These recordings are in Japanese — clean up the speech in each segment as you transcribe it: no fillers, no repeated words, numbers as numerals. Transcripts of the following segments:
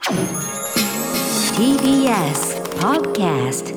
TBS Podcast。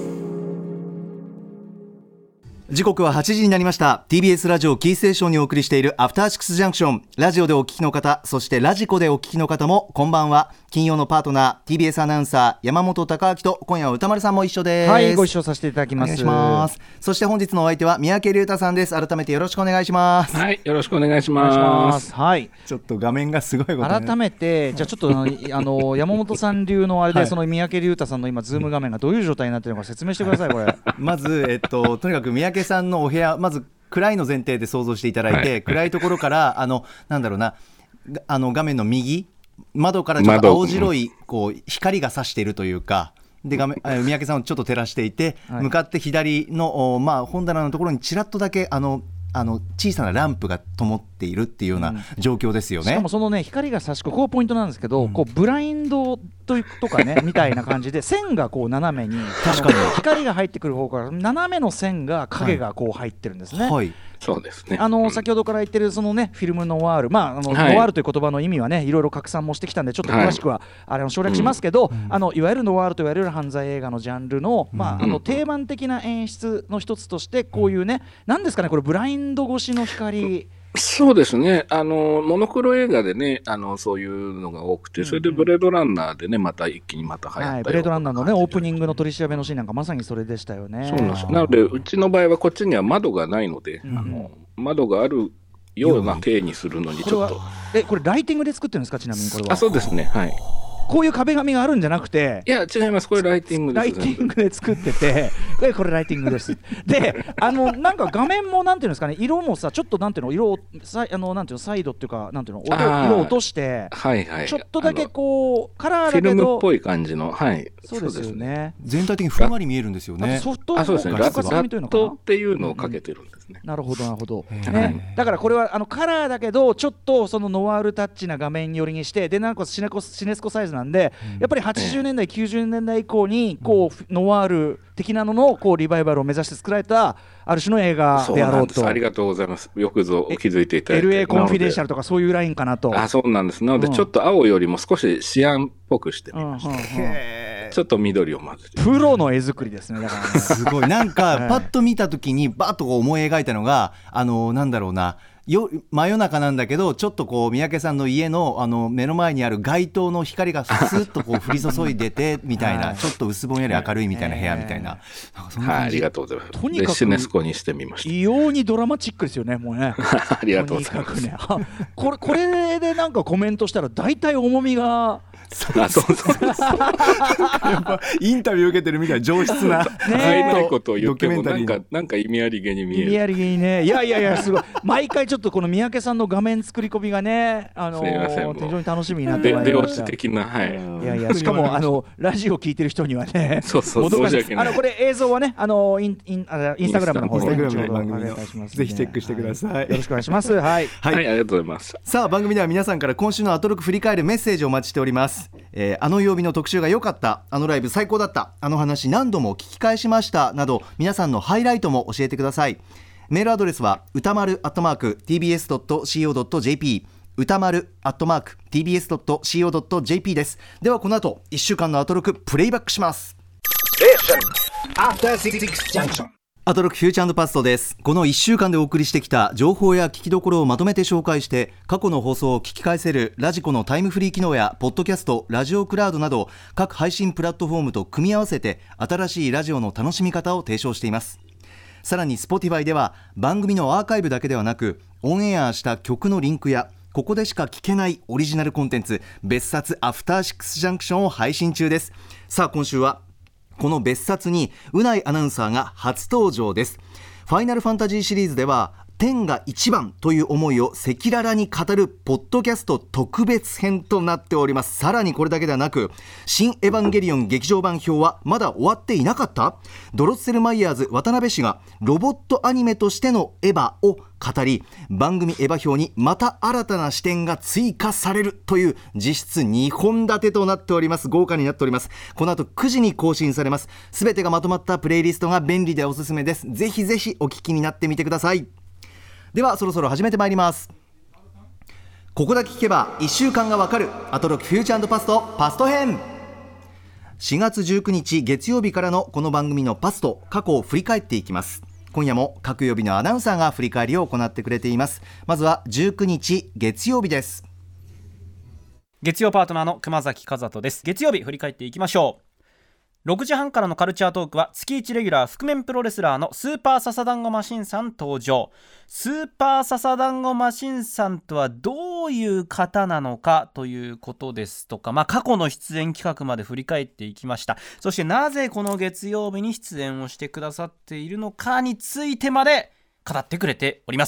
時刻は8時になりました。 TBS ラジオキーステーションにお送りしているアフターシックスジャンクション。ラジオでお聞きの方、そしてラジコでお聞きの方もこんばんは。金曜のパートナー TBS アナウンサー山本貴明と今夜は歌丸さんも一緒です。 はい、ご一緒させていただきます。 お願いします。そして本日のお相手は三宅龍太さんです。改めてよろしくお願いします。 はい、よろしくお願いします。 はい、 ちょっと画面がすごいことね。 改めてじゃあちょっと山本さん流のあれで、はい、その三宅龍太さんの今ズーム画面がどういう状態になっているのか説明してください。これまず、とにかく三宅さんのお部屋、まず暗いの前提で想像していただいて、はい、暗いところからなんだろうな、画面の右窓からちょっと青白いこう光が差しているというかで、三宅さんをちょっと照らしていて、はい、向かって左の、本棚のところにちらっとだけ小さなランプが灯っているっていうような状況ですよね。 しかもそのね、光が差し込む、ここがポイントなんですけど、こうブラインドとかねみたいな感じで線がこう斜めに確かに光が入ってくる方から斜めの線が影がこう入ってるんですね。 はい、 そうですね。 先ほどから言ってるそのねフィルムノワール、はい、ノワールという言葉の意味はねいろいろ拡散もしてきたんでちょっと詳しくは、省略しますけど、いわゆるノワールと言われる犯罪映画のジャンルの、定番的な演出の一つとしてこういうね、なんですかね、これブラインド越しの光。 そうですね。モノクロ映画でね、そういうのが多くて、それでブレードランナーでね、また一気にまた流行ったような、はい、 ブレードランナーのね、オープニングの取り調べのシーンなんかまさにそれでしたよね。 そうなんです。なので、うちの場合はこっちには窓がないので、窓があるような体にするのにちょっと。 これライティングで作ってるんですか、ちなみにこれは。 そうですね。はい。 こういう壁紙があるんじゃなくて、 いや違います、これライティングです。 ライティングで作っててこれライティングですで、なんか画面もなんていうんですかね、色もさ、ちょっとなんていうの、色をなんていうの、サイドっていうか、なんていうの、色を落として、 はいはい、 ちょっとだけこうカラーだけどフィルムっぽい感じの、はい、 そうですよね。 全体的にふんわり見えるんですよね。 ソフトそうですね、ラットっていうのをかけてるんですね。 なるほどなるほど、ね、だからこれはカラーだけどちょっとそのノワールタッチな画面寄りにして、でなんかシネスコサイズなんで、やっぱり80年代、90年代以降にこうノワール的なののこうリバイバルを目指して作られたある種の映画であろうと。 ありがとうございます。よくぞ気づいていただいて。 LA コンフィデンシャルとかそういうラインかなと。 そうなんです。なのでちょっと青よりも少しシアンっぽくしてみました。ちょっと緑を混ぜて。 プロの絵作りですね。だからねすごい、なんかパッと見た時にバッとこう思い描いたのがなんだろうな、真夜中なんだけどちょっとこう三宅さんの家の目の前にある街灯の光がスッとこう降り注いでてみたいな、ちょっと薄ぼんやり明るいみたいな部屋みたいな、 はい、ありがとうございます。 とにかくシネスコにしてみました。 異様にドラマチックですよね、もうねありがとうございます。 これでなんかコメントしたら大体重みがそうやっぱインタビュー受けてるみたいな上質なないことを言ってもなんか意味ありげに見える。 意味ありげにね。いやすごい毎回ちょっとこの三宅さんの画面作り込みがね、非常に楽しみになってまいりました。 的な、はい。 いやしかもラジオ聞いてる人にはね、 そう申し訳ない。 これ映像はねインスタグラムの方で番組のぜひチェックしてください。 よろしくお願いします。はい、 ありがとうございます。 さあ、番組では皆さんから今週のアトロク振り返るメッセージをお待ちしております。あの曜日の特集が良かった、あのライブ最高だった、あの話何度も聞き返しましたなど、皆さんのハイライトも教えてください。メールアドレスは歌丸@tbs.co.jp、 歌丸@tbs.co.jp です。ではこの後1週間のアトロクプレイバックします。アトロクフューチャー&パストです。この1週間でお送りしてきた情報や聞きどころをまとめて紹介して、過去の放送を聞き返せるラジコのタイムフリー機能やポッドキャスト、ラジオクラウドなど各配信プラットフォームと組み合わせて新しいラジオの楽しみ方を提唱しています。さらに Spotify では番組のアーカイブだけではなく、オンエアした曲のリンクやここでしか聞けないオリジナルコンテンツ、別冊アフターシックスジャンクションを配信中です。さあ、今週はこの別冊にうないアナウンサーが初登場です。ファイナルファンタジーシリーズでは天が一番という思いを赤裸々に語るポッドキャスト特別編となっております。さらにこれだけではなく、新エヴァンゲリオン劇場版表はまだ終わっていなかった？ドロッセルマイヤーズ渡辺氏がロボットアニメとしてのエヴァを語り、番組エヴァ表にまた新たな視点が追加されるという実質2本立てとなっております。豪華になっております。この後9時に更新されます。すべてがまとまったプレイリストが便利でおすすめです。ぜひぜひお聞きになってみてください。ではそろそろ始めてまいります。 ここだけ聞けば1週間がわかるアトロクフューチャー&パストパスト編。4月19日月曜日からのこの番組のパスト、過去を振り返っていきます。今夜も各曜日のアナウンサーが振り返りを行ってくれています。まずは19日月曜日です。 月曜パートナーの熊崎和人です。月曜日振り返っていきましょう。6時半からのカルチャートークは月1レギュラー覆面プロレスラーのスーパーササダンゴマシンさん登場。スーパーササダンゴマシンさんとはどういう方なのかということですとか、過去の出演企画まで振り返っていきました。そしてなぜこの月曜日に出演をしてくださっているのかについてまで語ってくれております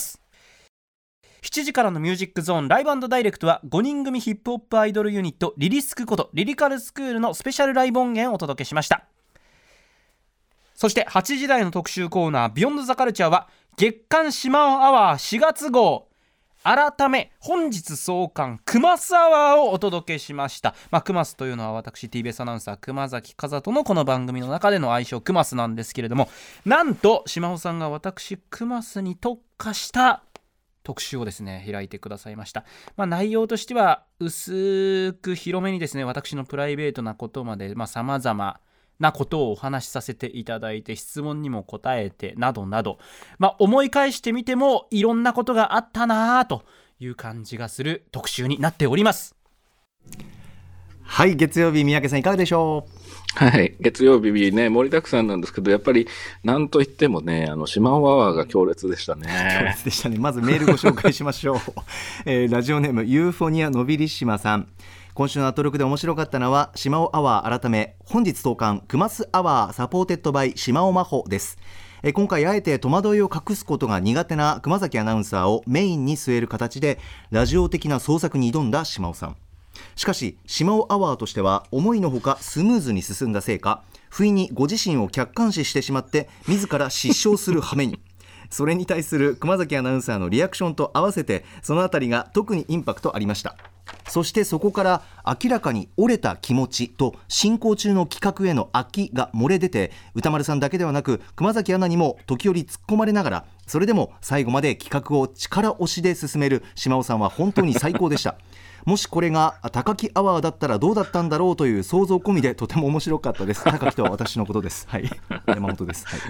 。7時からのミュージックゾーンライブ&ダイレクトは5人組ヒップホップアイドルユニットリリスクことリリカルスクールのスペシャルライブ音源をお届けしました。そして8時台の特集コーナービヨンドザカルチャーは月刊シマオアワー4月号改め本日創刊クマスアワーをお届けしました。クマスというのは私 TBS アナウンサー熊崎和人のこの番組の中での愛称クマスなんですけれども、なんとシマオさんが私クマスに特化した特集をですね開いてくださいました。内容としては薄く広めにですね、私のプライベートなことまで様々なことをお話しさせていただいて、質問にも答えてなどなど、思い返してみてもいろんなことがあったなという感じがする特集になっております。 はい、月曜日三宅さんいかがでしょう。 はい、月曜日ね盛りだくさんなんですけど、やっぱりなんといってもねシマオアワーが強烈でしたね。 強烈でしたね。まずメールご紹介しましょう、ラジオネームユーフォニアのびりしまさん。今週のアトロクで面白かったのはシマオアワー改め本日創刊クマスアワーサポーテッドバイシマオマホです。今回あえて戸惑いを隠すことが苦手な熊崎アナウンサーをメインに据える形でラジオ的な創作に挑んだシマオさん。しかしシマオアワーとしては思いのほかスムーズに進んだせいか、不意にご自身を客観視してしまって自ら失笑する羽目にそれに対する熊崎アナウンサーのリアクションと合わせてそのあたりが特にインパクトありました。そしてそこから明らかに折れた気持ちと進行中の企画への飽きが漏れ出て、歌丸さんだけではなく熊崎アナにも時折突っ込まれながら、それでも最後まで企画を力押しで進める島尾さんは本当に最高でしたもしこれが高木アワーだったらどうだったんだろうという想像込みでとても面白かったです。高木とは私のことです。はい、山本です。はい、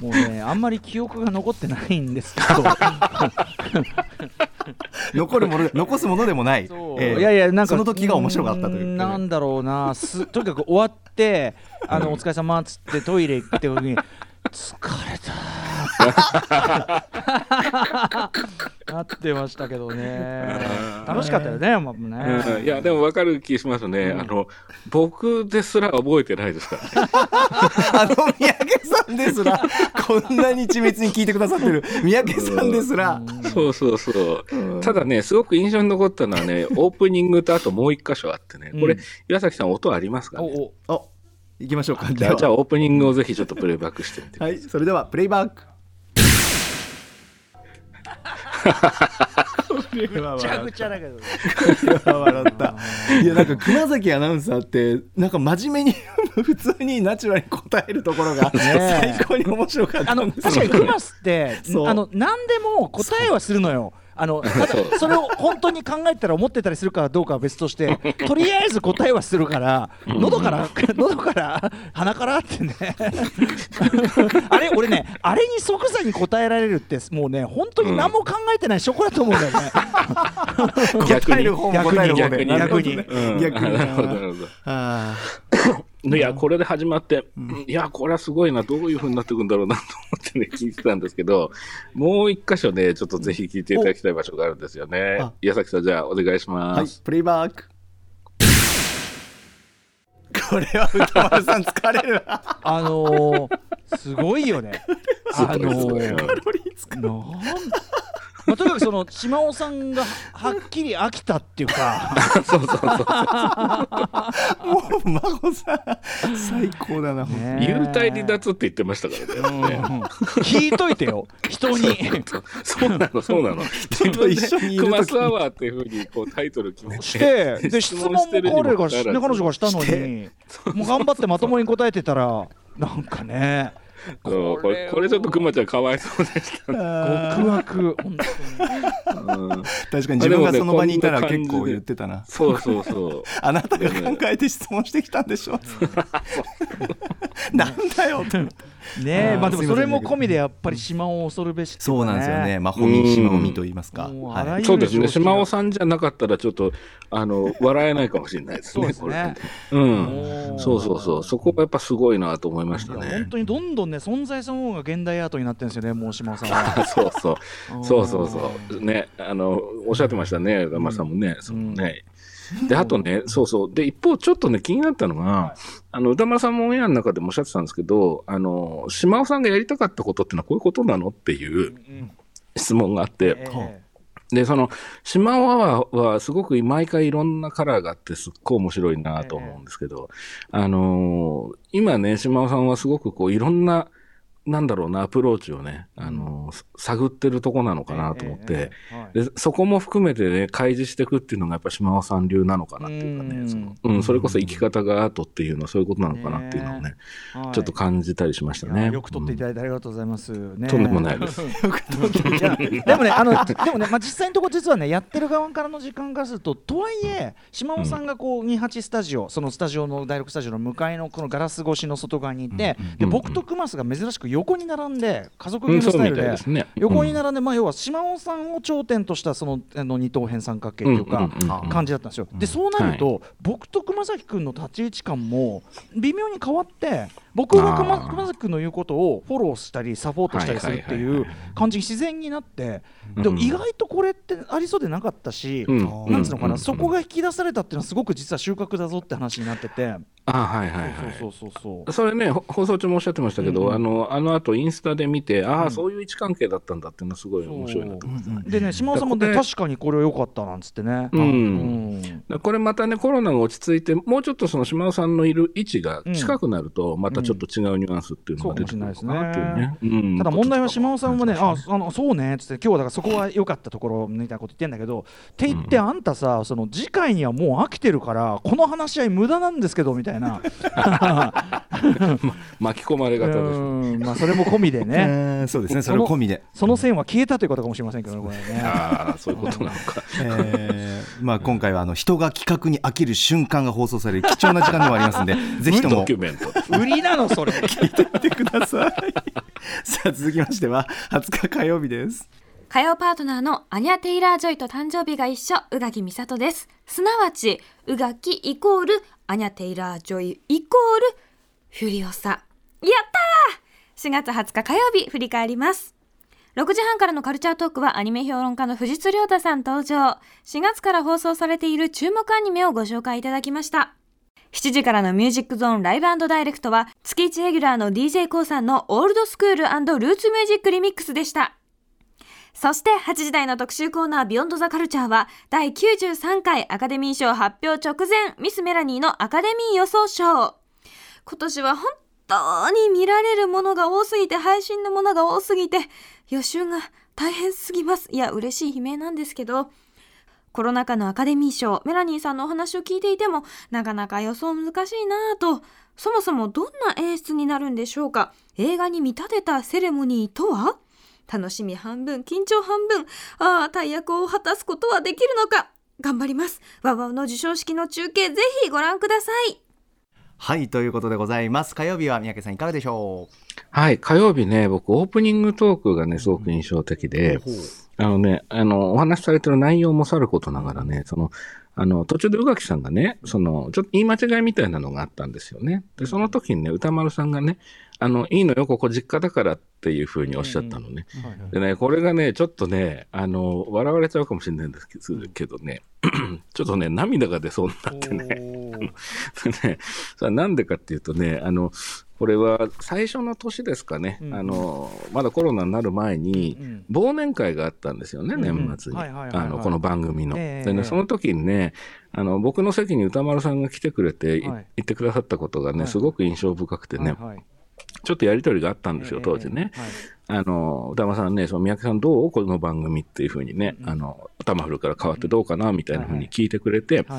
もうねあんまり記憶が残ってないんですけど残すものでもない、 いやいやなんかその時が面白かったという、 なんだろうな、とにかく終わってお疲れ様っつってトイレ行って時に疲れたなってましたけどね。楽しかったよね、 いやでも分かる気しますね、僕ですら覚えてないですからね三宅さんですらこんなに緻密に聞いてくださってる三宅さんですら、 そうただねすごく印象に残ったのはねオープニングとあともう一箇所あってね、これ岩崎さん音ありますかね。 行きましょうか。 じゃあオープニングをぜひちょっとプレイバックしてみてください。 はい、それではプレイバックめちゃくちゃだけど笑った。いやなんか熊崎アナウンサーってなんか真面目に普通にナチュラルに答えるところが最高に面白かったんですよ。 確かにクマスって何でも答えはするのよ。ただそれを本当に考えたら思ってたりするかどうかは別としてとりあえず答えはするから喉から鼻からってねあれ俺ねあれに即座に答えられるってもうね本当に何も考えてない証拠だと思うんだよね答える方も答える方で逆になるほどいやこれで始まって、いやこれはすごいな、どういう風になっていくんだろうなと思ってね聞いてたんですけど、もう一箇所ねちょっとぜひ聞いていただきたい場所があるんですよね。矢崎さんじゃあお願いします。 はい、プレイバック。これは歌丸さん疲れるすごいよねカロリー使うとにかくその島尾さんがはっきり飽きたっていうかそうもう真帆さん最高だな、 幽体離脱って言ってましたからね、 聞いといてよ人にそうなの人と一緒にいるときにクマスアワーっていう風にこうタイトル決めてしてで質問も彼女がしたのにもう頑張ってまともに答えてたらなんかねこれちょっとくまちゃんかわいそうでしたね。 極悪、本当に。 確かに自分がその場にいたら結構言ってたな。 そうそうそう。 あなたが考えて質問してきたんでしょ。なんだよって。 ねえ、まあでもそれも込みでやっぱり島尾恐るべし、 そうなんですよね。まあ本人島尾と言いますか。 そうですね。島尾さんじゃなかったらちょっと笑えないかもしれないですね。 そうですね。 そうそうそう。そこがやっぱすごいなと思いましたね。 本当にどんどんね存在その方が現代アートになってるんですよね。もう島尾さんは。 そうね。おっしゃってましたね。歌丸さんもね。そのね。であとね、そうそうで一方ちょっとね気になったのが、歌丸さんもオンエアの中でもおっしゃってたんですけど、島尾さんがやりたかったことってのはこういうことなのっていう質問があって、でその島尾はすごく毎回いろんなカラーがあってすっごい面白いなと思うんですけど、今ね島尾さんはすごくこういろんななんだろうなアプローチをね、探ってるとこなのかなと思って、でそこも含めてね開示していくっていうのがやっぱ島尾さん流なのかなっていうかね、それこそ生き方がアートっていうのはそういうことなのかなっていうのをね、ちょっと感じたりしましたね。 よく撮っていただいてありがとうございます、ね、 とんでもないです。 でもねまあ、実際のところ実はねやってる側からの時間からするととはいえ島尾さんがこう28スタジオ、そのスタジオの第6スタジオの向かいのこのガラス越しの外側にいて、で僕と熊須が珍しく横に並んで家族芸のスタイルで横に並んで、まあ要は島尾さんを頂点としたその二等辺三角形というか感じだったんですよ。でそうなると僕と熊崎君の立ち位置感も微妙に変わって、僕が熊崎君の言うことをフォローしたりサポートしたりするっていう感じが自然になって、でも意外とこれってありそうでなかったし、なんつうのかな、そこが引き出されたっていうのはすごく実は収穫だぞって話になってて。 それね放送中もおっしゃってましたけど、あの後インスタで見て、そういう位置関係だったんだっていうのはすごい面白いなと思いますね。 でね島尾さんもね確かにこれは良かったなんつってね、 これまたねコロナが落ち着いてもうちょっとその島尾さんのいる位置が近くなるとまたちょっと違うニュアンスっていうのが出てくるのかなっていうね。 ただ問題は島尾さんもねそうねっつって今日はだからそこは良かったところみたいなこと言ってんだけど、って言ってあんたさその次回にはもう飽きてるからこの話し合い無駄なんですけどみたいな巻き込まれ方ですね。 まあそれも込みでねそうですね、それ込みでその線は消えたということかもしれませんけどね、これね。 そういうことなのか。 まあ今回は人が企画に飽きる瞬間が放送される貴重な時間でもありますのでぜひとも売りなのそれ聞いてみてください。さあ続きましては20日火曜日です。 火曜パートナーのアニャ・テイラー・ジョイと誕生日が一緒、宇垣美里です。すなわち宇垣イコールアニャ・テイラー・ジョイイコールフュリオサ。やったー。4月20日火曜日振り返ります。6時半からのカルチャートークはアニメ評論家の藤津亮太さん登場。4月から放送されている注目アニメをご紹介いただきました。7時からのミュージックゾーンライブ&ダイレクトは月1レギュラーの DJ コウさんのオールドスクール&ルーツミュージックリミックスでした。そして8時台の特集コーナービヨンドザカルチャーは第93回アカデミー賞発表直前、ミスメラニーのアカデミー予想賞。今年は本当に見られるものが多すぎて、配信のものが多すぎて予習が大変すぎます。いや嬉しい悲鳴なんですけど、コロナ禍のアカデミー賞、メラニーさんのお話を聞いていてもなかなか予想難しいなぁと。そもそもどんな演出になるんでしょうか。映画に見立てたセレモニーとは。楽しみ半分緊張半分、大役を果たすことはできるのか。頑張ります。ワウワウの授賞式の中継ぜひご覧ください。 はいということでございます。火曜日は三宅さんいかがでしょう。 はい、火曜日ね僕オープニングトークがねすごく印象的で、お話しされてる内容もさることながらね、途中で宇垣さんがねちょっと言い間違いみたいなのがあったんですよね。でその時にね歌丸さんがねいいのよここ実家だからっていうふうにおっしゃったのね。でねこれがねちょっとね笑われちゃうかもしれないんですけどねちょっとね涙が出そうになってねそれなんでかっていうとねこれは最初の年ですかね、まだコロナになる前に忘年会があったんですよね、年末にこの番組の。でねその時にね僕の席に歌丸さんが来てくれて言ってくださったことがねすごく印象深くてね、ちょっとやり取りがあったんですよ当時ね。歌丸さんね三宅さんどうこの番組っていう風にね、タマフルから変わってどうかなみたいな風に聞いてくれて、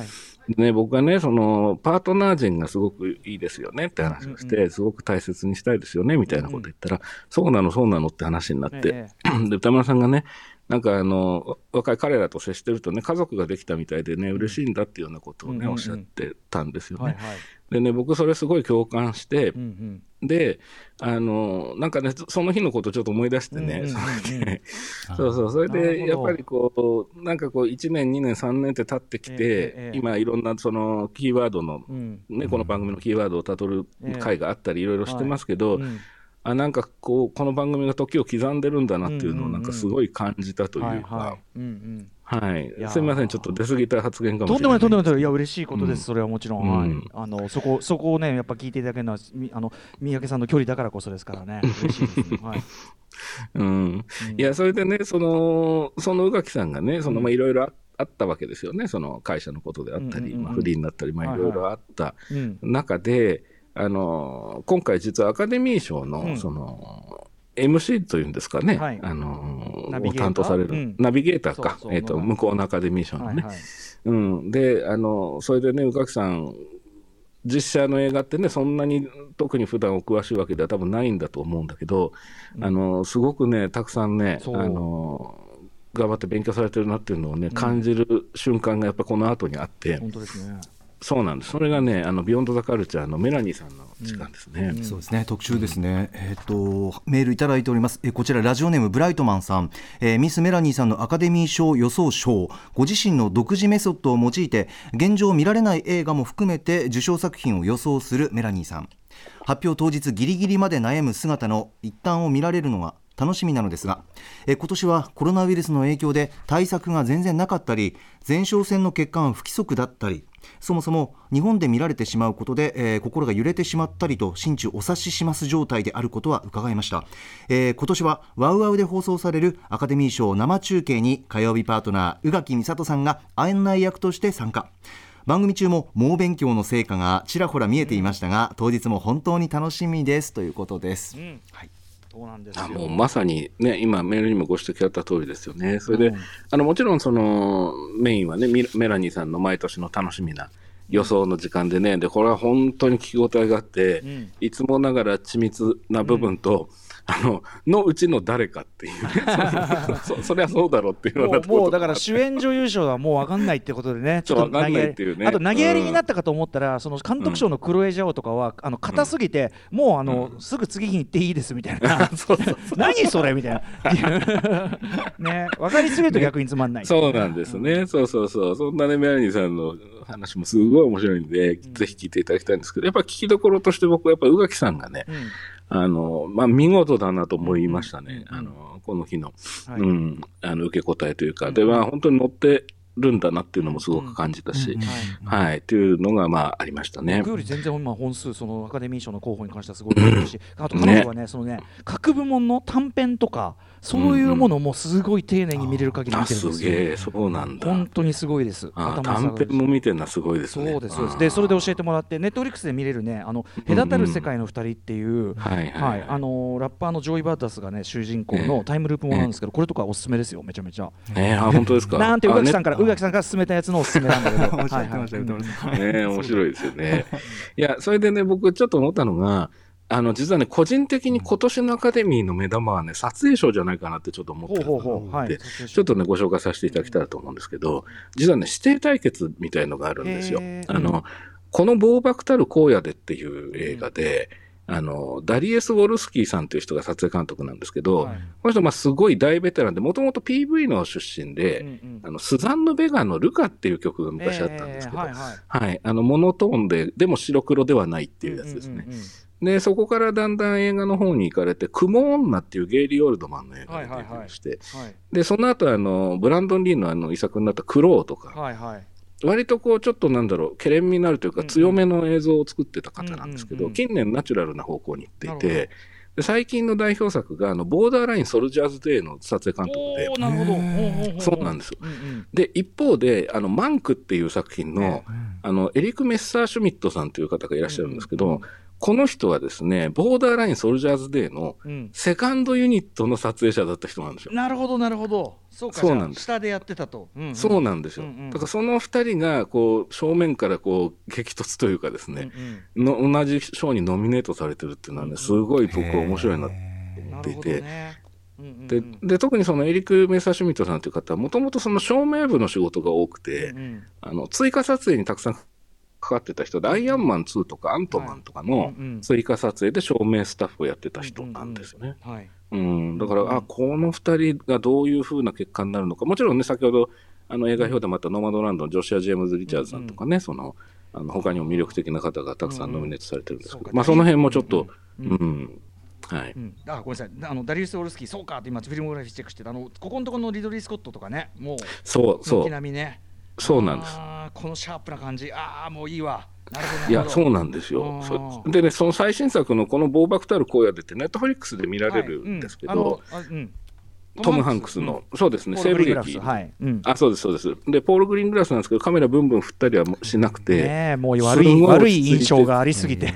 ね、僕がね、そのパートナー陣がすごくいいですよねって話をして、すごく大切にしたいですよねみたいなこと言ったら、そうなのそうなのって話になって、で歌丸さんがね、なんか若い彼らと接してるとね、家族ができたみたいでね、嬉しいんだっていうようなことをね、おっしゃってたんですよね。でね、僕それすごい共感して、でなんかね、その日のことをちょっと思い出してね、それでやっぱりこうなんかこう1年2年3年って経ってきて、今いろんなそのキーワードの、ね、この番組のキーワードをたどる回があったりいろいろしてますけど、なんかこうこの番組が時を刻んでるんだなっていうのをなんかすごい感じたというか、はい、すみません、ちょっと出過ぎた発言かもしれない。 とんでもない、いや嬉しいことです、それはもちろん、そこをねやっぱ聞いていただけるのは三宅さんの距離だからこそですからね、嬉しいですね。 いやそれでね、その宇垣さんがね、いろいろあったわけですよね、その会社のことであったり、不倫だったり、いろいろあった中で、今回実はアカデミー賞のそのMC というんですかね、を担当されるナビゲーターか、向こうのアカデミー賞のね、でそれでね、宇垣さん実写の映画ってね、そんなに特に普段お詳しいわけでは多分ないんだと思うんだけど、すごくねたくさんね頑張って勉強されてるなっていうのをね、感じる瞬間がやっぱこの後にあって。 本当ですね。 そうなんです。それがね、ビヨンドザカルチャーのメラニーさんの時間ですね。 そうですね、特集ですね。メールいただいております。こちらラジオネームブライトマンさん、ミスメラニーさんのアカデミー賞予想賞、ご自身の独自メソッドを用いて現状見られない映画も含めて受賞作品を予想するメラニーさん、発表当日ギリギリまで悩む姿の一端を見られるのが楽しみなのですが、今年はコロナウイルスの影響で対策が全然なかったり、前哨戦の結果が不規則だったり、そもそも日本で見られてしまうことで、心が揺れてしまったりと心中お察しします状態であることは伺いました。今年はワウワウで放送されるアカデミー賞生中継に火曜日パートナー宇垣美里さんが案内役として参加。番組中も猛勉強の成果がちらほら見えていましたが、当日も本当に楽しみですということです。はい、 そうなんですよ。 もうまさにね、今メールにもご指摘あった通りですよね。それで、もちろんそのメインはね、メラニーさんの毎年の楽しみな予想の時間でね、でこれは本当に聞き応えがあって、いつもながら緻密な部分と、のうちの誰かっていうねそりゃそうだろうっていうようなところ、 もうだから主演女優賞はもう分かんないってことでね、 ちょっと分かんないっていうね。 あと投げやりになったかと思ったら、その監督賞のクロエ・ジャオとかは硬すぎて、もうすぐ次に行っていいですみたいな何それみたいなね、分かりすぎると逆につまんない。 そうなんですね、そんなねメラニーさんの話もすごい面白いんで、ぜひ聞いていただきたいんですけど、やっぱ聞きどころとして僕はやっぱ宇垣さんがね、見事だなと思いましたね、この日の、受け答えというかでは本当に乗ってるんだなっていうのもすごく感じたし、というのがありましたね。 僕より全然今本数そのアカデミー賞の候補に関してはすごい多いし、あと彼女はね、そのね各部門の短編とかそういうものもすごい丁寧に見れる限り見てるんですよ。 すげえ、そうなんだ。 本当にすごいです。 短編も見てるのはすごいですね。 そうですそうです。でそれで教えてもらって、ネットフリックスで見れるね、隔たる世界の二人っていう、ラッパーのジョイ・バータスがね主人公のタイムループものなんですけど、これとかおすすめですよ、めちゃめちゃ。 本当ですか。 なんて宇垣さんから勧めたやつのおすすめなんだけどおっしゃってましたね、面白いですよね。いや、それでね、僕ちょっと思ったのが、実はね、個人的に今年のアカデミーの目玉はね、撮影賞じゃないかなってちょっと思ってるのがあって、ちょっとね、ご紹介させていただきたいと思うんですけど、実はね、指定対決みたいのがあるんですよ。この暴漠たる荒野でっていう映画で、ダリエス・ウォルスキーさんという人が撮影監督なんですけど、この人すごい大ベテランで、もともと PV の出身で、スザンヌ・ベガのルカっていう曲が昔あったんですけど、モノトーンでも白黒ではないっていうやつですね。でそこからだんだん映画の方に行かれて、雲女っていうゲイリー・オールドマンの映画に出てまして、でその後ブランドン・リーの遺作になったクローとか、割とこうちょっとけれんみになるというか強めの映像を作ってた方なんですけど、近年ナチュラルな方向に行っていて、で最近の代表作がボーダーラインソルジャーズデーの撮影監督で。 なるほど。 そうなんですよ。で一方でマンクっていう作品の、エリク・メッサーシュミットさんという方がいらっしゃるんですけど、この人はですね、ボーダーラインソルジャーズデーのセカンドユニットの撮影者だった人なんですよ。 なるほどなるほど。 そうなんです。 下でやってたと、 そうなんですよ、だからその2人がこう正面からこう激突というかですね、同じ賞にノミネートされてるっていうのはね、すごい僕は面白いなと思っていて、で特にそのエリック・メッサーシュミットさんという方はもともとその照明部の仕事が多くて、追加撮影にたくさんかかってた人で、アイアンマン2とかアントマンとかの追加撮影で照明スタッフをやってた人なんですよね。だからこの2人がどういう風な結果になるのか、もちろんね先ほど映画表でもあったノマドランドのジョシュア・ジェームズ・リチャーズさんとかね、その他にも魅力的な方がたくさんノミネートされてるんですけど、その辺もちょっとはい、 ごめんなさい、ダリウス・オルスキー、そうかって今フィルモグラフィーチェックしてここのところのリドリー・スコットとかね、もう軒並みね、 そうなんです。 このシャープな感じ、もういいわ。 いや、そうなんですよ。でね、その最新作のこの暴漠たる荒野でってネットフリックスで見られるんですけど、トム・ハンクスの、そうですね、西部劇、そうですそうです。でポール・グリーングラスなんですけど、カメラブンブン振ったりはしなくて、 もう悪い印象がありすぎて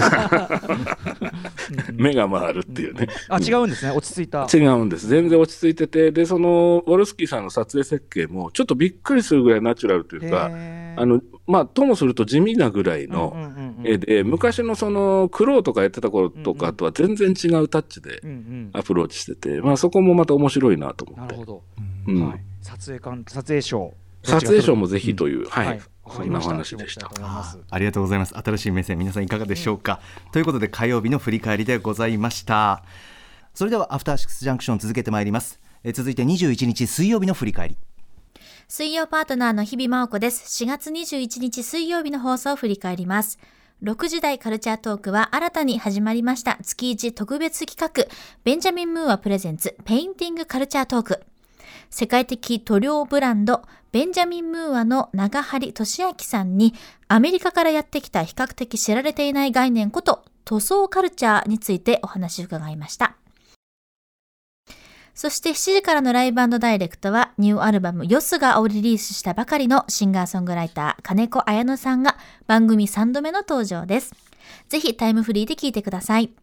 目が回るっていうね。 違うんですね、落ち着いた。 違うんです、全然落ち着いてて、でそのウォルスキーさんの撮影設計もちょっとびっくりするぐらいナチュラルというか、ともすると地味なぐらいの絵で、昔のそのクローとかやってた頃とかとは全然違うタッチでアプローチしてて、そこもまた面白いなと思って。なるほど。 撮影賞もぜひという、そんなお話でした。 ありがとうございます。新しい目線、皆さんいかがでしょうか。ということで火曜日の振り返りでございました。それではアフターシックスジャンクション続けてまいります。続いて21日水曜日の振り返り。 水曜パートナーの日々真央子です。4月21日水曜日の放送を振り返ります。6時台カルチャートークは新たに始まりました月1特別企画、ベンジャミン・ムーアプレゼンツペインティングカルチャートーク。世界的塗料ブランドベンジャミン・ムーアの永張俊明さんに、アメリカからやってきた比較的知られていない概念こと塗装カルチャーについてお話を伺いました。そして7時からのライブ&ダイレクトはニューアルバムヨスガをリリースしたばかりのシンガーソングライター金子綾乃さんが番組3度目の登場です。ぜひタイムフリーで聴いてください。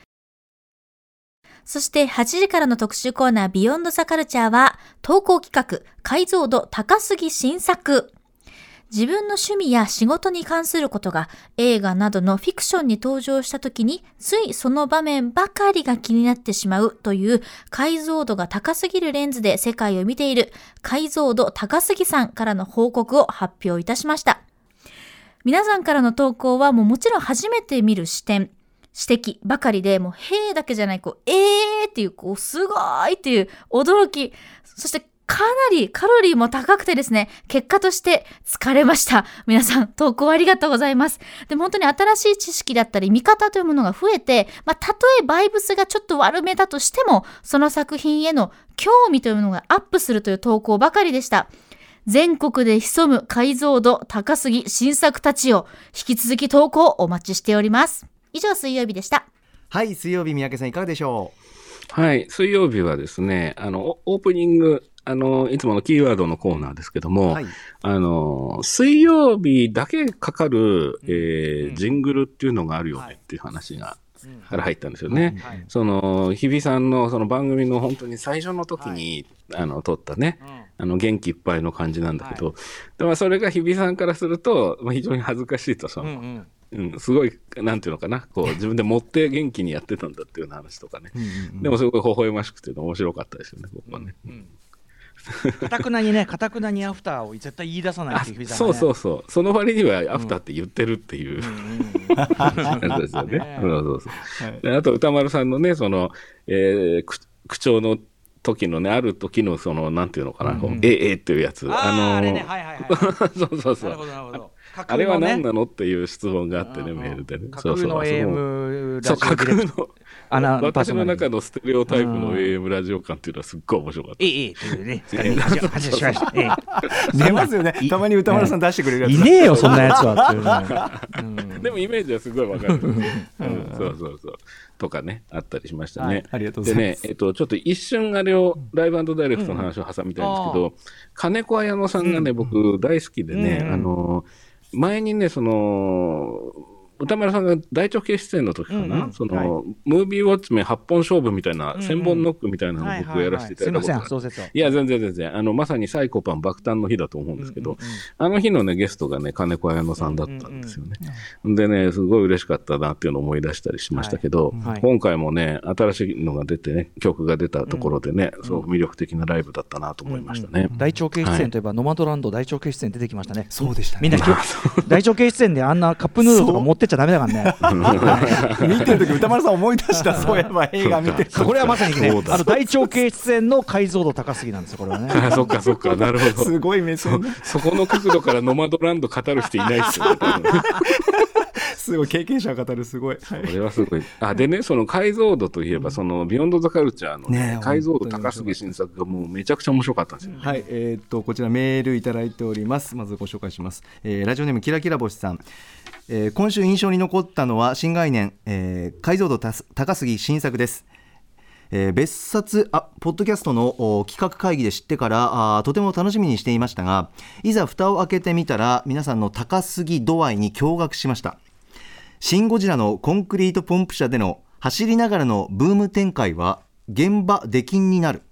そして8時からの特集コーナービヨンドザカルチャーは投稿企画解像度高すぎ新作。自分の趣味や仕事に関することが映画などのフィクションに登場したときについその場面ばかりが気になってしまうという解像度が高すぎるレンズで世界を見ている解像度高すぎさんからの報告を発表いたしました。皆さんからの投稿はもちろん初めて見る視点、指摘ばかりで、もうへーだけじゃない、っていう、すごいっていう驚き、そしてかなりカロリーも高くてですね、結果として疲れました。皆さん投稿ありがとうございます。でも本当に新しい知識だったり見方というものが増えて、たとえバイブスがちょっと悪めだとしても、その作品への興味というものがアップするという投稿ばかりでした。全国で潜む解像度高すぎ新作たちを引き続き投稿お待ちしております。以上水曜日でした。 はい、水曜日三宅さんいかがでしょう。はい、水曜日はですね、オープニングいつものキーワードのコーナーですけども、水曜日だけかかる、ジングルっていうのがあるよねっていう話がから入ったんですよね。その日比さんのその番組の本当に最初の時に、撮ったね、元気いっぱいの感じなんだけど、でもそれが日比さんからすると、非常に恥ずかしいと、すごいなんていうのかな、自分で持って元気にやってたんだっていうような話とかね、でもすごい微笑ましくて面白かったですよね、僕はね。 かたくなにアフターを絶対言い出さないっていう、 そうその割にはアフターって言ってるっていうやつですよね。あと歌丸さんのね、その、口調の時のね、ある時のそのなんていうのかな、っていうやつ、 あれね、 そうあれは何なのっていう質問があってね、メールでね。 架空の AM ラジオ架空の私の中のステレオタイプの AM ラジオ感っていうのはすっごい面白かった。 出ますよね。たまに歌丸さん出してくれるやつ。 いねえよそんなやつはっていう。 でもイメージはすごいわかる。そうとかね、あったりしましたね。 ありがとうございます。 でね、ちょっと一瞬あれをライブ&ダイレクトの話を挟みたいんですけど、金子綾乃さんがね、僕大好きでね、前にね、その歌丸さんが大腸系出演の時かな、ムービーウォッチメン8本勝負みたいな、1000本ノックみたいなのを僕やらせていただいたことが、いや、全然、まさにサイコパン爆誕の日だと思うんですけど、あの日のね、ゲストがね、金子綾乃さんだったんですよね。でね、すごい嬉しかったなっていうのを思い出したりしましたけど、今回もね、新しいのが出てね、曲が出たところでね、すごく魅力的なライブだったなと思いましたね。 大腸系出演といえば、ノマドランド大腸系出演出てきましたね。 そうでしたね。 みんな大腸系出演であんなカップヌードルとか持ってっちゃダメだからね。 見てる時歌丸さん思い出した。そういえば映画見てる。 これはまさにね、大腸系出演の解像度高すぎなんですよ、これはね。 そっか、なるほど。 すごい目線。 そこの角度からノマドランド語る人いないですよね。 すごい経験者が語る、すごい。 それはすごい。でね、その解像度といえば、そのビヨンドザカルチャーの、ね、解像度高すぎ新作がもうめちゃくちゃ面白かったんですよ。 はい、こちらメールいただいております。まずご紹介します。ラジオネームキラキラ星さん。今週印象に残ったのは新概念、解像度高すぎ新作です。別冊ポッドキャストの企画会議で知ってからとても楽しみにしていましたが、いざ蓋を開けてみたら皆さんの高すぎ度合いに驚愕しました。シン・ゴジラのコンクリートポンプ車での走りながらのブーム展開は現場出禁になる。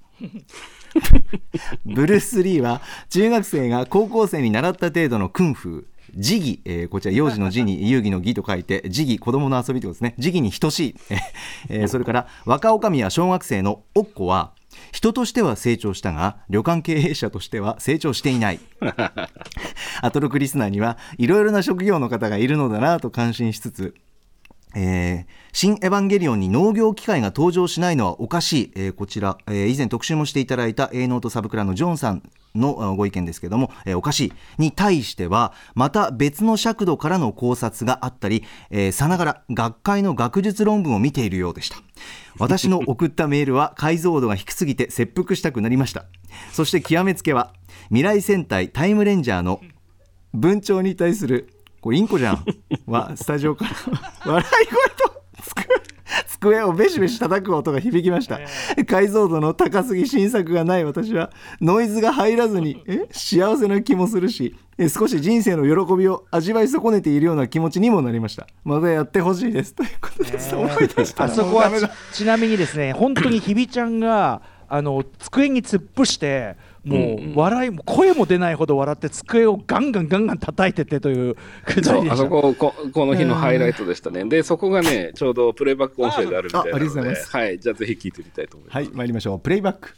ブルース・リーは中学生が高校生に習った程度のクンフー、ジギ、こちら幼児の字に遊戯の義と書いてジギ、子供の遊びということですね。ジギに等しい、それから若女将は小学生のおっこは人としては成長したが旅館経営者としては成長していない。アトロクリスナーにはいろいろな職業の方がいるのだなと感心しつつ、新エヴァンゲリオンに農業機械が登場しないのはおかしい、こちら、以前特集もしていただいた営農とサブクラのジョンさんのご意見ですけども、おかしいに対してはまた別の尺度からの考察があったり、さながら学会の学術論文を見ているようでした。私の送ったメールは解像度が低すぎて切腹したくなりました。そして極めつけは未来戦隊タイムレンジャーの文鳥に対するこれインコじゃんはスタジオから笑い声と机をベシベシ叩く音が響きました。解像度の高すぎ新作がない私はノイズが入らずに幸せな気もするし、少し人生の喜びを味わい損ねているような気持ちにもなりました。またやってほしいですということです。思い出した。 あそこは ちなみにですね、本当にひびちゃんが机に突っ伏してもう笑いも声も出ないほど笑って机をガンガン叩いててというくだりでした。 あそこの日のハイライトでしたね。でそこがねちょうどプレイバック音声であるみたいなので、 ありがとうございます。 はい、じゃあぜひ聞いてみたいと思います。 はい、参りましょう。プレイバック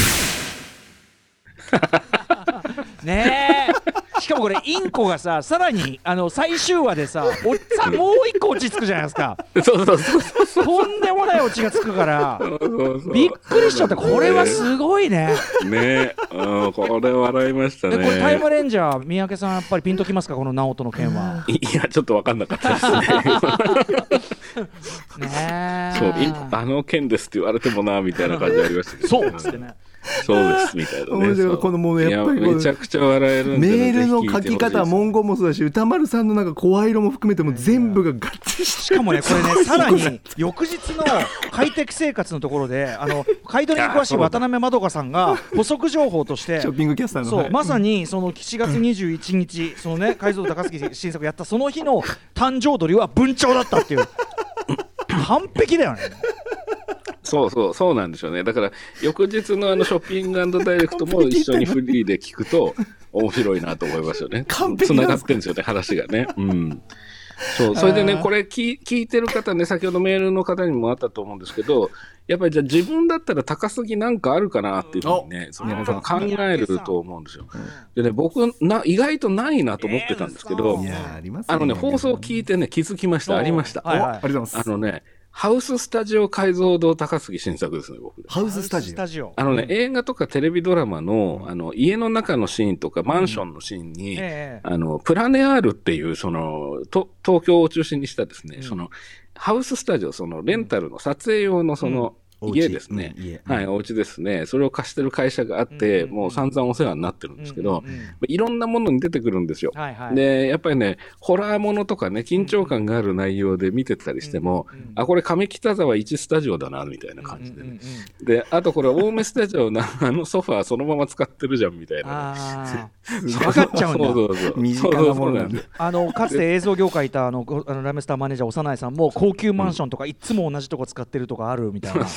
ねえ、しかもこれインコがさらに最終話でさもう一個落ち着くじゃないですか。 そうとんでもないオチがつくからびっくりしちゃった。これはすごいね。 ね、これ笑いましたね。 これタイムレンジャー三宅さんやっぱりピンときますか、この直人の件は。 いやちょっと分かんなかったですね。 ねえ、 そうあの件ですって言われてもなみたいな感じありましたけど、 そうっつってね。 そうですみたいなね。 面白い。このもうやっぱりめちゃくちゃ笑えるんで、ね、 メールの書き方文言もそうだし、歌丸さんのなんか声色も含めても全部がガッチリして、 しかもねこれねさらに翌日の快適生活のところで買い取りに詳しい渡辺まどかさんが補足情報としてショッピングキャスターの、 そう、 はい、 まさにその7月21日、そのね解像度高すぎ新作やったその日の誕生鳥は文鳥だったっていう完璧だよね。 そうなんでしょうね。だから翌日のショッピング&ダイレクトも一緒にフリーで聞くと面白いなと思いますよね。つながってるんですよね、話がね。うん。それでね、これ聞いてる方ね、先ほどメールの方にもあったと思うんですけど、やっぱりじゃあ自分だったら高すぎなんかあるかなっていうふうにね、考えると思うんですよ。でね、僕意外とないなと思ってたんですけど、放送聞いてね気づきました。ありました。 ありがとうございます。 ハウススタジオ解像度高すぎ新作ですね、僕。 ハウススタジオ。 映画とかテレビドラマの、家の中のシーンとかマンションのシーンに、プラネアールっていう、東京を中心にしたですね、ハウススタジオ、レンタルの撮影用の家ですね、はい、お家ですね。それを貸してる会社があって、もう散々お世話になってるんですけど、いろんなものに出てくるんですよ。で、やっぱりね、ホラーものとかね、緊張感がある内容で見てたりしても、あ、これ上北沢1スタジオだな、みたいな感じでね。で、あとこれ、青梅スタジオのソファーそのまま使ってるじゃん、みたいな。 分かっちゃうんだ。 身近なものなんで。 かつて映像業界いたラメスターマネージャー長内さんも高級マンションとかいつも同じとこ使ってるとかあるみたいな。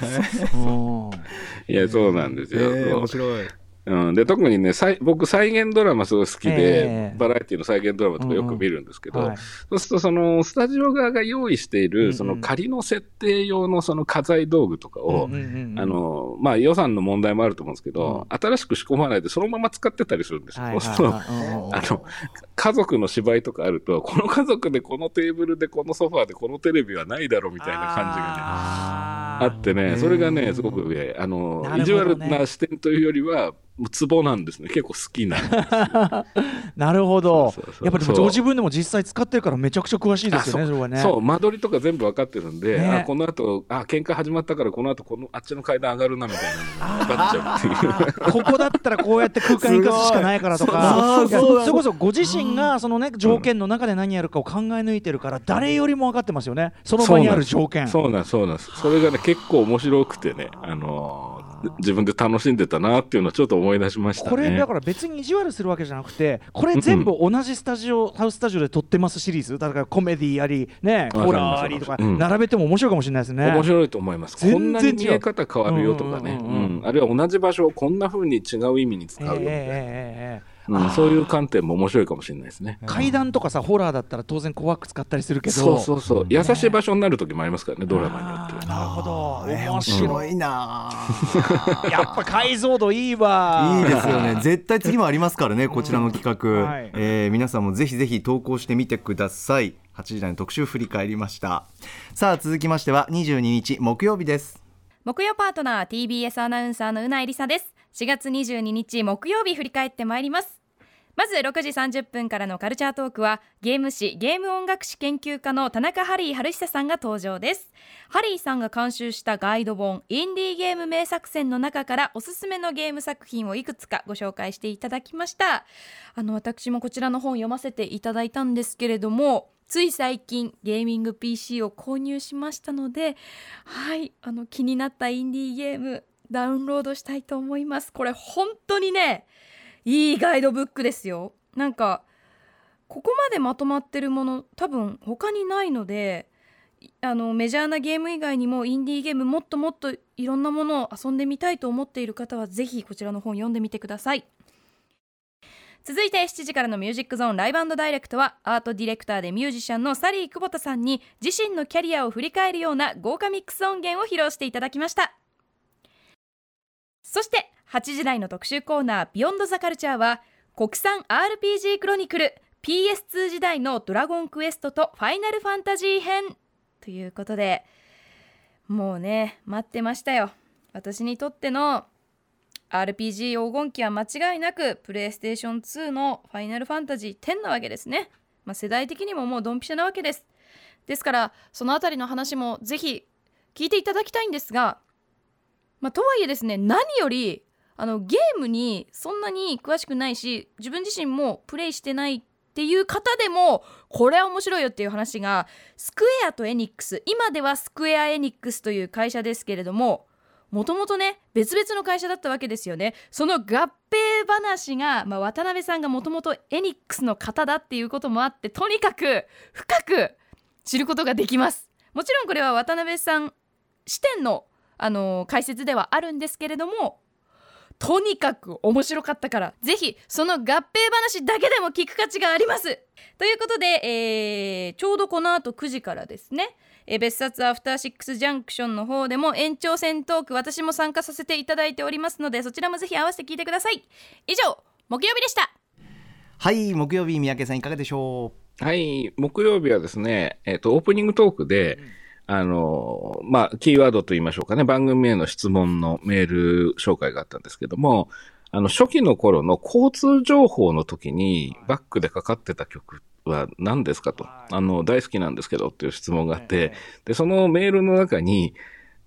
いや、そうなんですよ。 面白い。 で特にね、僕再現ドラマすごい好きで、バラエティの再現ドラマとかよく見るんですけど、そうするとそのスタジオ側が用意しているその仮の設定用のその家財道具とかを、まあ予算の問題もあると思うんですけど、新しく仕込まないでそのまま使ってたりするんですよ。そうすると家族の芝居とかあると、この家族でこのテーブルでこのソファーでこのテレビはないだろうみたいな感じがねあってね、それがねすごく意地悪な視点というよりはツボなんですね。結構好きなんですよ。 なるほど。やっぱりご自分でも実際使ってるからめちゃくちゃ詳しいですよね。それはね。 そう、間取りとか全部分かってるんで、この後喧嘩始まったからこの後あっちの階段上がるなみたいなのが分かっちゃうっていう。 ここだったらこうやって空間生かすしかないからとか、それこそご自身がそのね条件の中で何やるかを考え抜いてるから誰よりも分かってますよね。その場にある条件。 そうなんです。それがね結構面白くてね、自分で楽しんでたなっていうのをちょっと思い出しましたね。 これだから別に意地悪するわけじゃなくて、これ全部同じハウススタジオで撮ってますシリーズ、だからコメディありね、ホラーありとか並べても面白いかもしれないですね。 面白いと思います。こんなに見え方変わるよとかね、あるいは同じ場所をこんな風に違う意味に使うよみたいな、そういう観点も面白いかもしれないですね。 階段とかさ、ホラーだったら当然怖く使ったりするけど、 そう優しい場所になる時もありますからね、ドラマによっては。 なるほど、面白いな。 やっぱ解像度いいわ。 いいですよね。絶対次もありますからね、こちらの企画、皆さんもぜひぜひ投稿してみてください。8時台の特集振り返りました。さあ続きましては22日木曜日です。 木曜パートナー TBS アナウンサーのうないりさです。4月22日木曜日振り返ってまいります。まず6時30分からのカルチャートークはゲーム誌ゲーム音楽史研究家の田中ハリー春久さんが登場です。ハリーさんが監修したガイド本インディーゲーム名作選の中からおすすめのゲーム作品をいくつかご紹介していただきました。私もこちらの本読ませていただいたんですけれども、つい最近ゲーミング PC を購入しましたので、気になったインディーゲームダウンロードしたいと思います。これ本当にねいいガイドブックですよ。なんかここまでまとまってるもの多分他にないので、メジャーなゲーム以外にもインディーゲームもっともっといろんなものを遊んでみたいと思っている方はぜひこちらの本読んでみてください。続いて7時からのミュージックゾーンライブ&ダイレクトはアートディレクターでミュージシャンのサリー久保田さんに自身のキャリアを振り返るような豪華ミックス音源を披露していただきました。そして8時台の特集コーナービヨンドザカルチャーは国産 RPG クロニクル PS2 時代のドラゴンクエストとファイナルファンタジー編ということで、もうね待ってましたよ。私にとっての RPG 黄金期は間違いなくプレイステーション2のファイナルファンタジー10なわけですね。世代的にももうドンピシャなわけです。ですからそのあたりの話もぜひ聞いていただきたいんですが、とはいえですね、何よりゲームにそんなに詳しくないし自分自身もプレイしてないっていう方でもこれは面白いよっていう話が、スクエアとエニックス、今ではスクエアエニックスという会社ですけれども、もともとね別々の会社だったわけですよね。その合併話が、渡辺さんがもともとエニックスの方だっていうこともあって、とにかく深く知ることができます。もちろんこれは渡辺さん視点の解説ではあるんですけれども、とにかく面白かったからぜひその合併話だけでも聞く価値があります。ということで、ちょうどこの後9時からですね、別冊アフターシックスジャンクションの方でも延長戦トーク私も参加させていただいておりますので、そちらもぜひ合わせて聞いてください。以上木曜日でした。 はい、木曜日三宅さんいかがでしょう。 はい、木曜日はですね、オープニングトークで、キーワードと言いましょうかね、番組への質問のメール紹介があったんですけども、初期の頃の交通情報の時にバックでかかってた曲は何ですかと、大好きなんですけどっていう質問があって、でそのメールの中に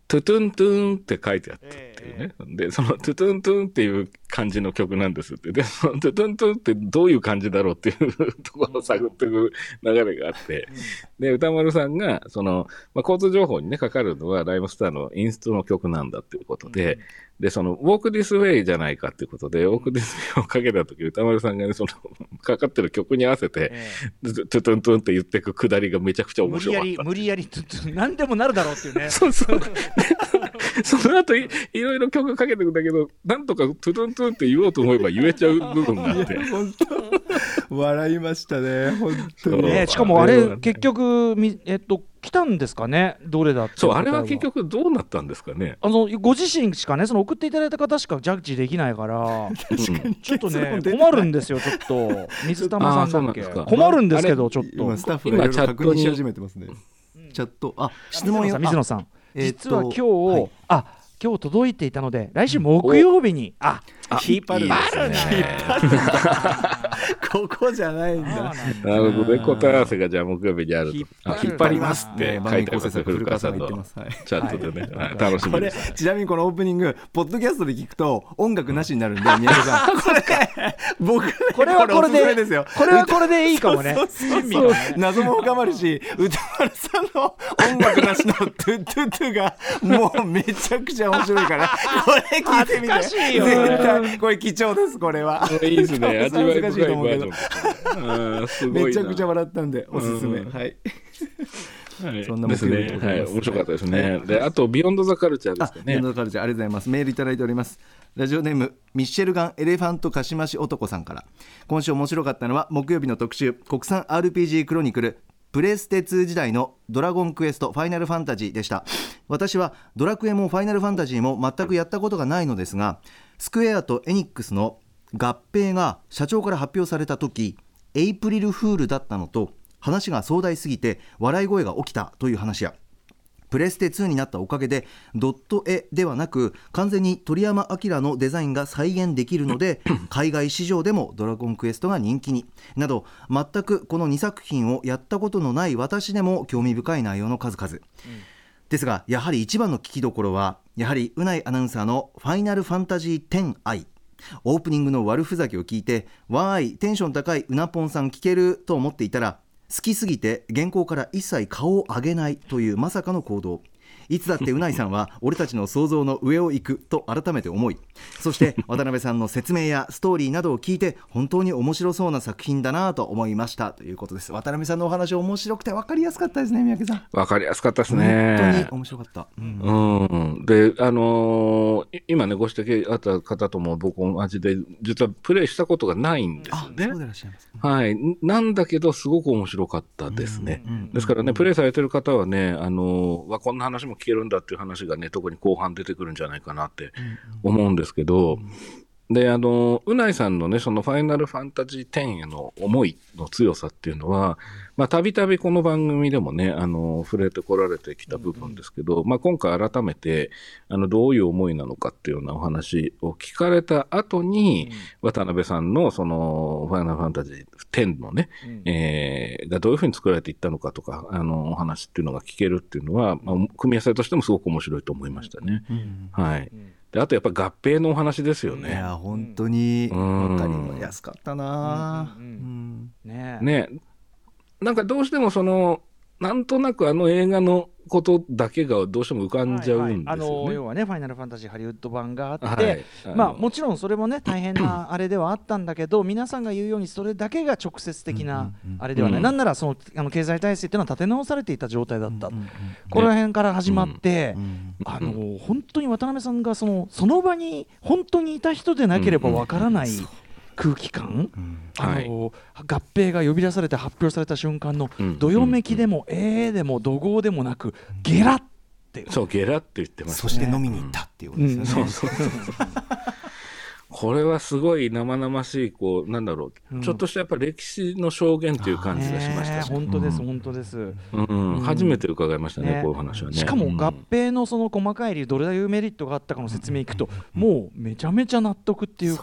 トゥトゥントゥンって書いてあったっていうね。で、そのトゥトゥントゥンっていう感じの曲なんですって。で、そのトゥトゥントゥンってどういう感じだろうっていうところを探っていく流れがあって、で、歌丸さんが、交通情報にね、かかるのはライムスターのインストの曲なんだっていうことで、で、Walk This Way じゃないかっていうことで、Walk This Way をかけたとき、歌丸さんがね、かかってる曲に合わせて、トゥトゥントゥンって言っていくくだりがめちゃくちゃ面白かった。 無理やり、何でもなるだろうっていうね。 そう。その後いろいろ曲かけてくんだけど、なんとかトゥトゥントゥンって言おうと思えば言えちゃう部分があって。 本当笑いましたね、本当に。 ね、しかもあれ、結局、来たんですかね、どれだって。 そう、あれは結局どうなったんですかね。 ご自身しかね、送っていただいた方しかジャッジできないから、ちょっとね、困るんですよ、ちょっと。水玉さんだっけ。困るんですけど、ちょっと。 今、スタッフが確認し始めてますね。チャット、質問よ。 水野さん。実は今日届いていたので、来週木曜日に、 引っ張るね。ここじゃないんだ。 なるほどね。答え合わせがじゃあ木曜日にあると。引っ張りますって書いてあります。 古川さんが言ってます。 チャットでね。楽しみです。 ちなみにこのオープニング、ポッドキャストで聞くと音楽なしになるんで、宮田さん。これはこれでですよ。 これはこれでいいかもね。 謎も深まるし、歌丸さんの音楽なしのトゥトゥトゥがもうめちゃくちゃ面白いから、これ聞いてみて。絶対これ貴重です。これは。 いいですね。味わい深いバージョン。 めちゃくちゃ笑ったんでおすすめ。はい。 そんなですね。はい、面白かったですね。で、あとビヨンドザカルチャーですかね。 ビヨンドザカルチャー、ありがとうございます。メールいただいております。ラジオネームミッシェルガンエレファントカシマシ男さんから、今週面白かったのは木曜日の特集、国産 RPG クロニクルプレステ2時代のドラゴンクエストファイナルファンタジーでした。私はドラクエもファイナルファンタジーも全くやったことがないのですが、スクエアとエニックスの合併が社長から発表された時、エイプリルフールだったのと、話が壮大すぎて笑い声が起きたという話や、プレステ2になったおかげでドット絵ではなく完全に鳥山明のデザインが再現できるので海外市場でもドラゴンクエストが人気になど、全くこの2作品をやったことのない私でも興味深い内容の数々、ですがやはり一番の聞きどころはやはりうないアナウンサーのファイナルファンタジー10愛。オープニングの悪ふざけを聞いて、わーいテンション高いうなぽんさん聞けると思っていたら、好きすぎて原稿から一切顔を上げないというまさかの行動。いつだってうないさんは俺たちの想像の上を行くと改めて思い、そして渡辺さんの説明やストーリーなどを聞いて本当に面白そうな作品だなと思いましたということです。渡辺さんのお話面白くて分かりやすかったですね。三宅さん、 分かりやすかったですね。 本当に面白かった、 で、今ねご指摘あった方とも僕同じで、実はプレイしたことがないんですよね。 そうでいらっしゃいます、 はい、なんだけどすごく面白かったですね。ですからね、プレイされてる方はね、こんな話も聞けるんだっていう話がね、特に後半出てくるんじゃないかなって思うんですけど、で、うないさんのね、そのファイナルファンタジー10への思いの強さっていうのは、たびたびこの番組でもね、触れてこられてきた部分ですけど、今回改めて、どういう思いなのかっていうようなお話を聞かれた後に、渡辺さんのその、ファイナルファンタジー10のね、がどういうふうに作られていったのかとか、お話っていうのが聞けるっていうのは、組み合わせとしてもすごく面白いと思いましたね。はい。で、あとやっぱ合併のお話ですよね。 いや本当に分かりやすかったな。 ね、 なんかどうしてもなんとなく映画のことだけがどうしても浮かんじゃうんですよね。 要はね、ファイナルファンタジーハリウッド版があって、もちろんそれもね大変なあれではあったんだけど、皆さんが言うようにそれだけが直接的なあれではない。なんならその経済体制っていうのは立て直されていた状態だった。この辺から始まって、本当に渡辺さんがその場に本当にいた人でなければわからない空気感、合併が呼び出されて発表された瞬間のどよめきでもでも怒号でもなくゲラってそうゲラって言ってます、 そして飲みに行ったっていうことですよね。 これはすごい生々しいなんだろう、ちょっとしたやっぱり歴史の証言という感じがしましたし、 本当です本当です、 初めて伺いましたね、こういう話はね。 しかも合併のその細かい理由、どれだけメリットがあったかの説明いくと、もうめちゃめちゃ納得っていうか、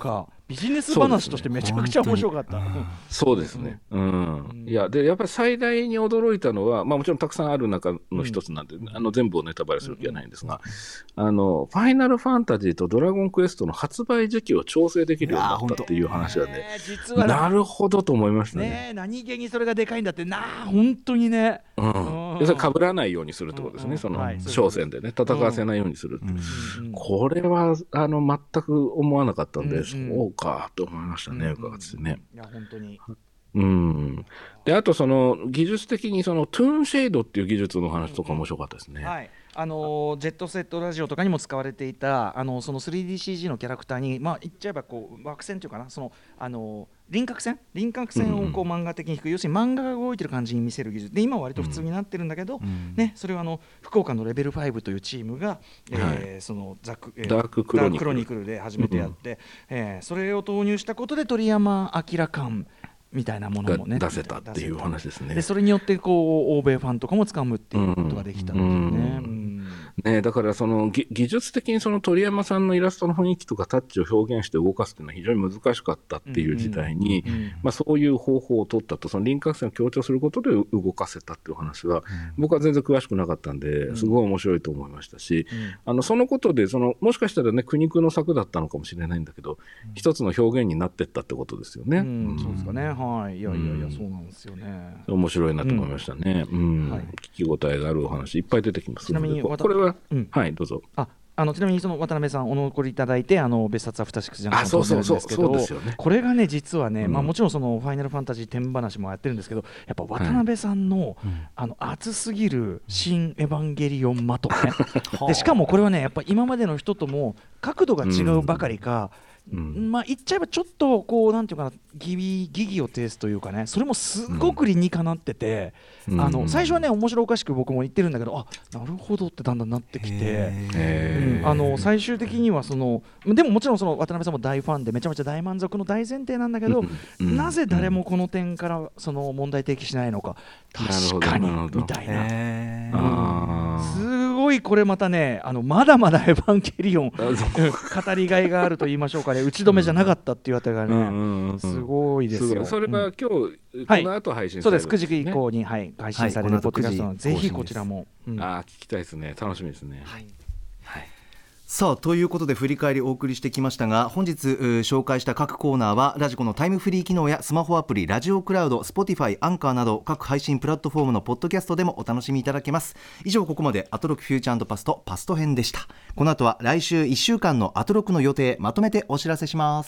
ビジネス話としてめちゃくちゃ面白かった。 そうですね。いや、で、やっぱり最大に驚いたのは、もちろんたくさんある中の一つなんで、全部をネタバレする気はないんですが、ファイナルファンタジーとドラゴンクエストの発売時期を調整できるようになったっていう話はね、 実はなるほどと思いましたね。何気にそれがでかいんだって本当にね。 要するに被らないようにするってことですね。その商戦でね、戦わせないようにする。これは、全く思わなかったんで、そうかと思いましたね、伺ってね。 いや、本当に。 で、あと技術的にトゥーンシェードっていう技術の話とか面白かったですね。 ジェットセットラジオとかにも使われていたその 3DCG のキャラクターに、言っちゃえば枠線というかな、輪郭線を漫画的に引く、要するに漫画が動いてる感じに見せる技術で、今は割と普通になってるんだけど、それを福岡のレベル5というチームが、そのダーククロニクルで初めてやって、それを投入したことで鳥山明感みたいなものもね出せたっていう話ですね。 でそれによって欧米ファンとかも掴むっていうことができたんですよね。 だから技術的に鳥山さんのイラストの雰囲気とかタッチを表現して動かすっていうのは非常に難しかったっていう時代に、そういう方法を取ったと、輪郭線を強調することで動かせたっていう話は、僕は全然詳しくなかったんですごい面白いと思いましたし、そのことでもしかしたらね苦肉の策だったのかもしれないんだけど、一つの表現になってったってことですよね。 そうですかね。いやそうなんですよね。 面白いなと思いましたね。聞き応えがあるお話いっぱい出てきますので、これははいどうぞ。 ちなみに渡辺さんお残りいただいて別冊アフターシックスジャンクション撮ってるんですけど、これがね実はね、もちろんファイナルファンタジー10話もやってるんですけど、やっぱ渡辺さんの、熱すぎる新エヴァンゲリオンマとかねでしかもこれはねやっぱ今までの人とも角度が違うばかりか、言っちゃえばちょっとなんていうかな、疑義を呈すというかね、それもすごく理にかなってて、最初はね面白おかしく僕も言ってるんだけど、なるほどってだんだんなってきて、最終的にはでももちろん渡辺さんも大ファンでめちゃめちゃ大満足の大前提なんだけど、なぜ誰もこの点から問題提起しないのか、確かにみたいな、すごいこれまたねまだまだエヴァンゲリオン語りがいがあると言いましょうかね、打ち止めじゃなかったっていうあたりがね、すごいですよ。 それは今日この後配信される、 そうです、9時以降に配信されるポッドキャストなので、ぜひこちらも聞きたいですね。楽しみですね。 さあということで振り返りお送りしてきましたが、本日紹介した各コーナーはラジコのタイムフリー機能やスマホアプリ、ラジオクラウド、Spotify、アンカーなど各配信プラットフォームのポッドキャストでもお楽しみいただけます。以上、ここまでアトロクフューチャー&パストパスト編でした。この後は来週1週間のアトロクの予定まとめてお知らせします。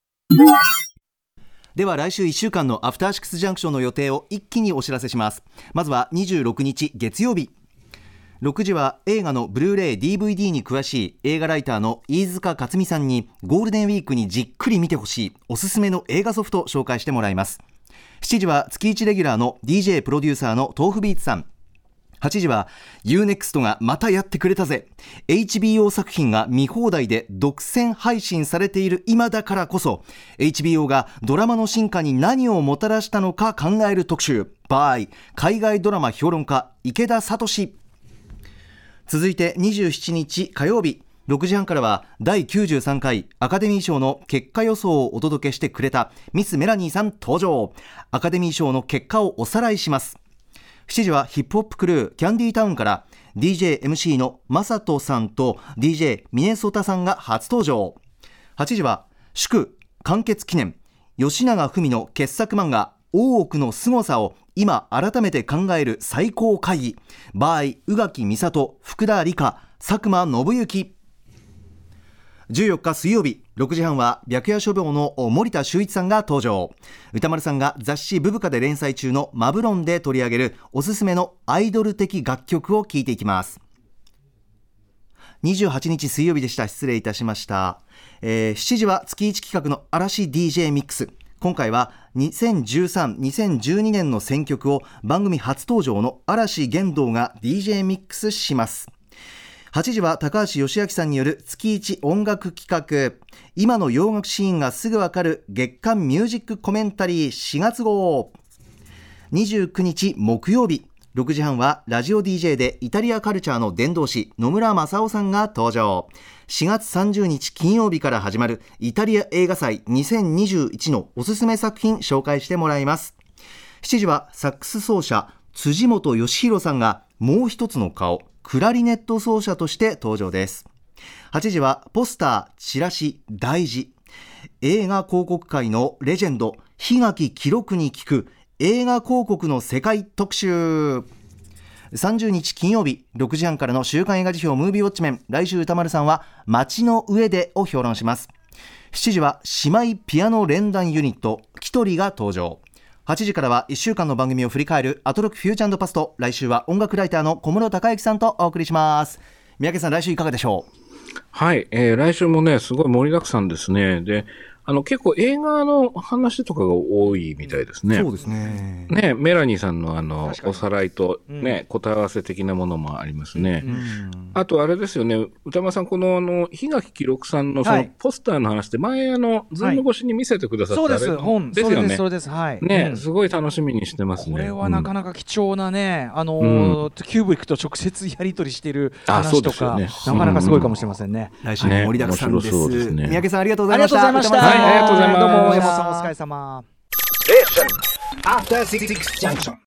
では来週1週間のアフターシックスジャンクションの予定を一気にお知らせします。まずは26日月曜日6時は映画のブルーレイ DVD に詳しい映画ライターの飯塚克美さんにゴールデンウィークにじっくり見てほしいおすすめの映画ソフトを紹介してもらいます。7時は月1レギュラーの DJ プロデューサーの豆腐ビーツさん。8時は UNEXT がまたやってくれたぜ、 HBO 作品が見放題で独占配信されている今だからこそ HBO がドラマの進化に何をもたらしたのか考える特集 by 海外ドラマ評論家池田聡。続いて27日火曜日6時半からは第93回アカデミー賞の結果予想をお届けしてくれたミスメラニーさん登場。アカデミー賞の結果をおさらいします。7時はヒップホップクルーキャンディータウンから DJ/MC のマサトさんと DJ ミネソタさんが初登場。8時は祝完結記念吉永文の傑作漫画大奥の凄さを今改めて考える最高会議 by 宇垣美里、福田理香、佐久間信之。14日水曜日6時半は白夜書房の森田修一さんが登場。歌丸さんが雑誌ブブカで連載中のマブロンで取り上げるおすすめのアイドル的楽曲を聴いていきます。28日水曜日でした。失礼いたしました。7時は月1企画の嵐 DJ ミックス。今回は2013、2012年の選曲を番組初登場の嵐玄道が DJ ミックスします。8時は高橋義明さんによる月1音楽企画、今の洋楽シーンがすぐわかる月刊ミュージックコメンタリー4月号。29日木曜日 6時半はラジオ DJ でイタリアカルチャーの伝道師野村正夫さんが登場。4月30日金曜日から始まるイタリア映画祭2021のおすすめ作品紹介してもらいます。7時はサックス奏者辻本義弘さんがもう一つの顔クラリネット奏者として登場です。8時はポスターチラシ大事、映画広告界のレジェンド檜垣記録に聞く映画広告の世界特集。30日金曜日6時半からの週刊映画辞表ムービーウォッチメン、来週歌丸さんは街の上でを評論します。7時は姉妹ピアノ連弾ユニットキトリが登場。8時からは1週間の番組を振り返るアトロックフューチャー&パスト、来週は音楽ライターの小室孝之さんとお送りします。三宅さん、来週いかがでしょう。 はい、来週もねすごい盛りだくさんですね。で結構映画の話とかが多いみたいですね。 そうですね。 ね、メラニーさんのおさらいとね、答え合わせ的なものもありますね。あとあれですよね、歌間さん、この檜垣記録さんのそのポスターの話って前ズーム越しに見せてくださった、 そうです、本ですよね。 そうです、はい。 ね、すごい楽しみにしてますね。 これはなかなか貴重なね、キューブリックと直接やり取りしている話とか、なかなかすごいかもしれませんね。 来週も盛りだくさんです。三宅さん、ありがとうございました。 ありがとうございました。 ありがとうございます。 どうも山本さんお疲れ様。